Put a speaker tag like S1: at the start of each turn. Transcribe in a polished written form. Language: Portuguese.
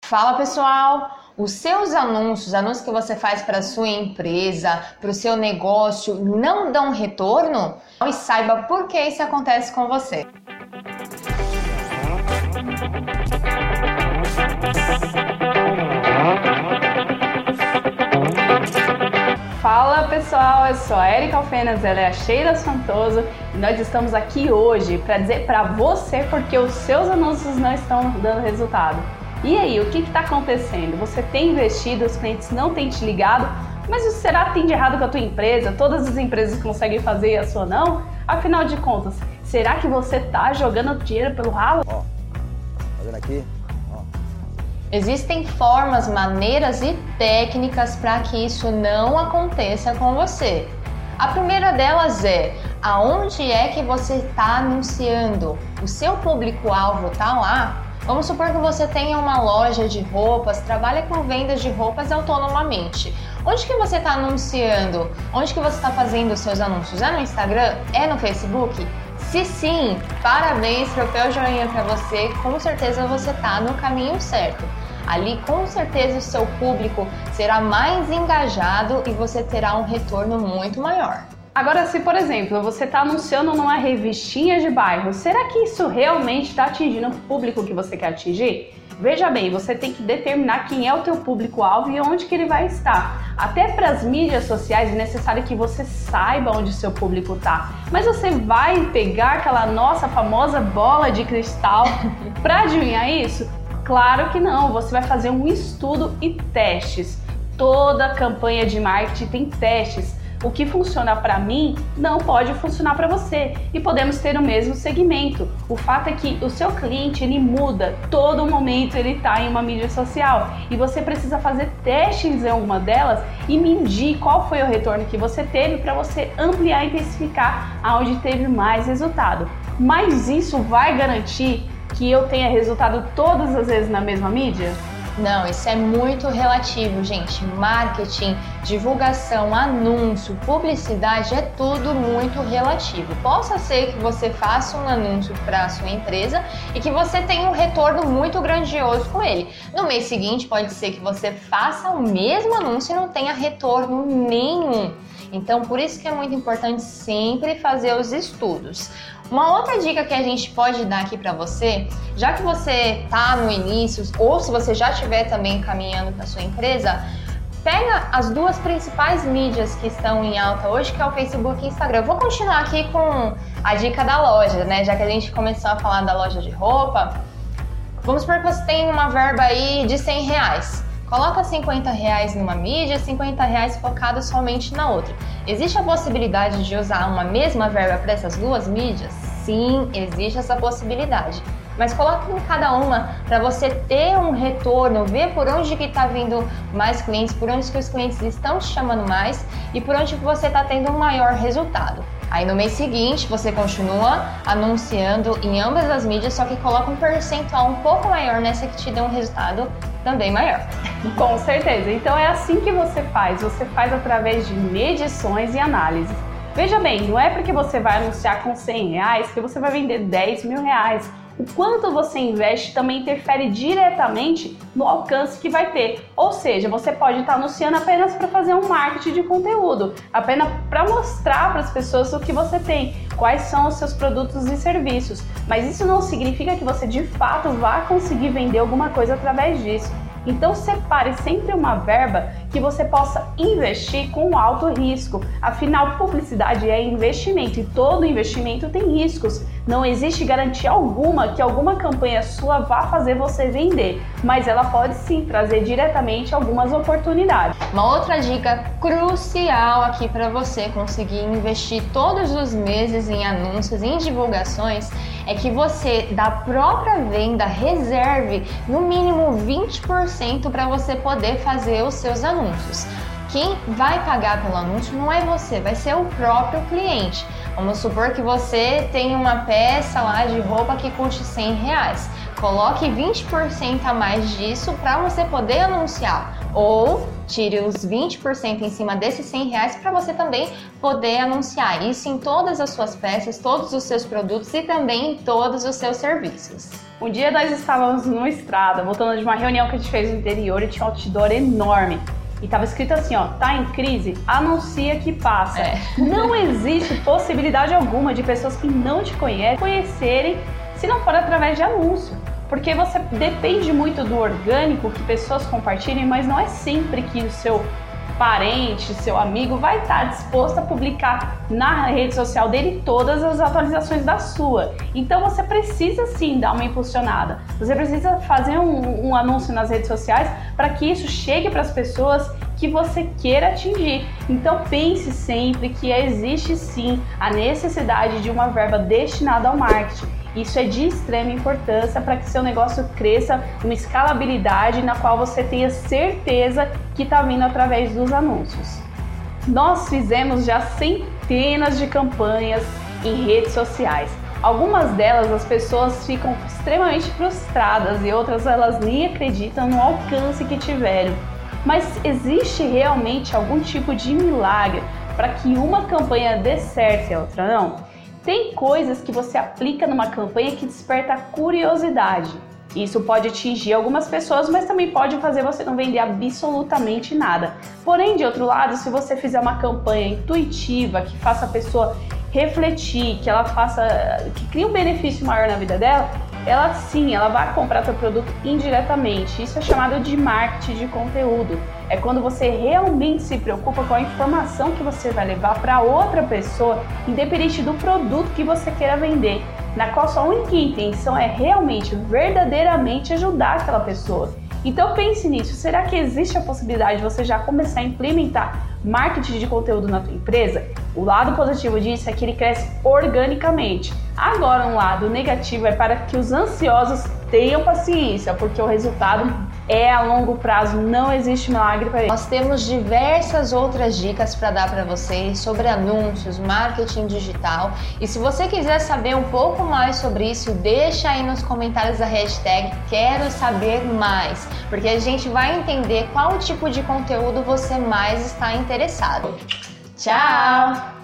S1: Fala pessoal! Os seus anúncios que você faz para a sua empresa, para o seu negócio, não dão retorno? E saiba por que isso acontece com você.
S2: Fala pessoal, eu sou a Erika Alfenas, ela é a Sheila Santoso e nós estamos aqui hoje para dizer para você porque os seus anúncios não estão dando resultado. E aí, o que está acontecendo? Você tem investido, os clientes não têm te ligado, mas será que tem de errado com a tua empresa? Todas as empresas conseguem fazer e a sua não? Afinal de contas, será que você está jogando dinheiro pelo ralo?
S3: Ó, fazendo aqui, ó.
S1: Existem formas, maneiras e técnicas para que isso não aconteça com você. A primeira delas é aonde é que você está anunciando. O seu público-alvo está lá? Vamos supor que você tenha uma loja de roupas, trabalha com vendas de roupas autonomamente. Onde que você está anunciando? Onde que você está fazendo os seus anúncios? É no Instagram? É no Facebook? Se sim, parabéns, troféu joinha para você, com certeza você está no caminho certo. Ali com certeza o seu público será mais engajado e você terá um retorno muito maior.
S2: Agora, se por exemplo, você está anunciando numa revistinha de bairro, será que isso realmente está atingindo o público que você quer atingir? Veja bem, você tem que determinar quem é o teu público-alvo e onde que ele vai estar. Até para as mídias sociais é necessário que você saiba onde o seu público está. Mas você vai pegar aquela nossa famosa bola de cristal para adivinhar isso? Claro que não, você vai fazer um estudo e testes. Toda campanha de marketing tem testes. O que funciona para mim não pode funcionar para você e podemos ter o mesmo segmento. O fato é que o seu cliente ele muda, todo momento ele está em uma mídia social e você precisa fazer testes em alguma delas e medir qual foi o retorno que você teve para você ampliar e intensificar aonde teve mais resultado. Mas isso vai garantir que eu tenha resultado todas as vezes na mesma mídia?
S1: Não, isso é muito relativo, gente. Marketing, divulgação, anúncio, publicidade é tudo muito relativo. Possa ser que você faça um anúncio para a sua empresa e que você tenha um retorno muito grandioso com ele. No mês seguinte, pode ser que você faça o mesmo anúncio e não tenha retorno nenhum. Então, por isso que é muito importante sempre fazer os estudos. Uma outra dica que a gente pode dar aqui para você, já que você está no início ou se você já estiver também caminhando para sua empresa, pega as duas principais mídias que estão em alta hoje, que é o Facebook e o Instagram. Eu vou continuar aqui com a dica da loja, né? Já que a gente começou a falar da loja de roupa, vamos supor que você tem uma verba aí de R$100. Coloca R$50 numa mídia, R$50 focado somente na outra. Existe a possibilidade de usar uma mesma verba para essas duas mídias? Sim, existe essa possibilidade. Mas coloque em cada uma para você ter um retorno, ver por onde que está vindo mais clientes, por onde que os clientes estão te chamando mais e por onde que você está tendo um maior resultado. Aí no mês seguinte você continua anunciando em ambas as mídias, só que coloca um percentual um pouco maior nessa que te dê um resultado também maior.
S2: Com certeza, então é assim que você faz através de medições e análises. Veja bem, não é porque você vai anunciar com R$100 que você vai vender R$10.000. O quanto você investe também interfere diretamente no alcance que vai ter. Ou seja, você pode estar anunciando apenas para fazer um marketing de conteúdo, apenas para mostrar para as pessoas o que você tem, quais são os seus produtos e serviços. Mas isso não significa que você de fato vá conseguir vender alguma coisa através disso. Então separe sempre uma verba que você possa investir com alto risco. Afinal, publicidade é investimento e todo investimento tem riscos. Não existe garantia alguma que alguma campanha sua vá fazer você vender, mas ela pode sim trazer diretamente algumas oportunidades.
S1: Uma outra dica crucial aqui para você conseguir investir todos os meses em anúncios, em divulgações, é que você, da própria venda, reserve no mínimo 20% para você poder fazer os seus anúncios. Quem vai pagar pelo anúncio não é você, vai ser o próprio cliente. Vamos supor que você tem uma peça lá de roupa que custe R$100. Coloque 20% a mais disso para você poder anunciar. Ou tire os 20% em cima desses R$100 para você também poder anunciar. Isso em todas as suas peças, todos os seus produtos e também em todos os seus serviços.
S2: Um dia nós estávamos numa estrada, voltando de uma reunião que a gente fez no interior e tinha um outdoor enorme. E estava escrito assim, ó, tá em crise? Anuncia que passa. Não existe possibilidade alguma de pessoas que não te conhecerem se não for através de anúncio. Porque você depende muito do orgânico que pessoas compartilhem, mas não é sempre que o seu parente, seu amigo vai estar disposto a publicar na rede social dele todas as atualizações da sua. Então você precisa sim dar uma impulsionada. Você precisa fazer um anúncio nas redes sociais para que isso chegue para as pessoas que você queira atingir. Então pense sempre que existe sim a necessidade de uma verba destinada ao marketing. Isso é de extrema importância para que seu negócio cresça uma escalabilidade na qual você tenha certeza que está vindo através dos anúncios. Nós fizemos já centenas de campanhas em redes sociais. Algumas delas as pessoas ficam extremamente frustradas e outras elas nem acreditam no alcance que tiveram. Mas existe realmente algum tipo de milagre para que uma campanha dê certo e a outra não? Tem coisas que você aplica numa campanha que desperta curiosidade. Isso pode atingir algumas pessoas, mas também pode fazer você não vender absolutamente nada. Porém, de outro lado, se você fizer uma campanha intuitiva, que faça a pessoa refletir, que crie um benefício maior na vida dela, ela vai comprar seu produto indiretamente. Isso é chamado de marketing de conteúdo. É quando você realmente se preocupa com a informação que você vai levar para outra pessoa, independente do produto que você queira vender, na qual sua única intenção é realmente, verdadeiramente ajudar aquela pessoa. Então pense nisso, será que existe a possibilidade de você já começar a implementar marketing de conteúdo na tua empresa? O lado positivo disso é que ele cresce organicamente. Agora, um lado negativo é para que os ansiosos tenham paciência, porque o resultado é a longo prazo, não existe milagre para ele.
S1: Nós temos diversas outras dicas para dar para vocês sobre anúncios, marketing digital. E se você quiser saber um pouco mais sobre isso, deixa aí nos comentários a hashtag Quero Saber Mais, porque a gente vai entender qual tipo de conteúdo você mais está interessado. Tchau!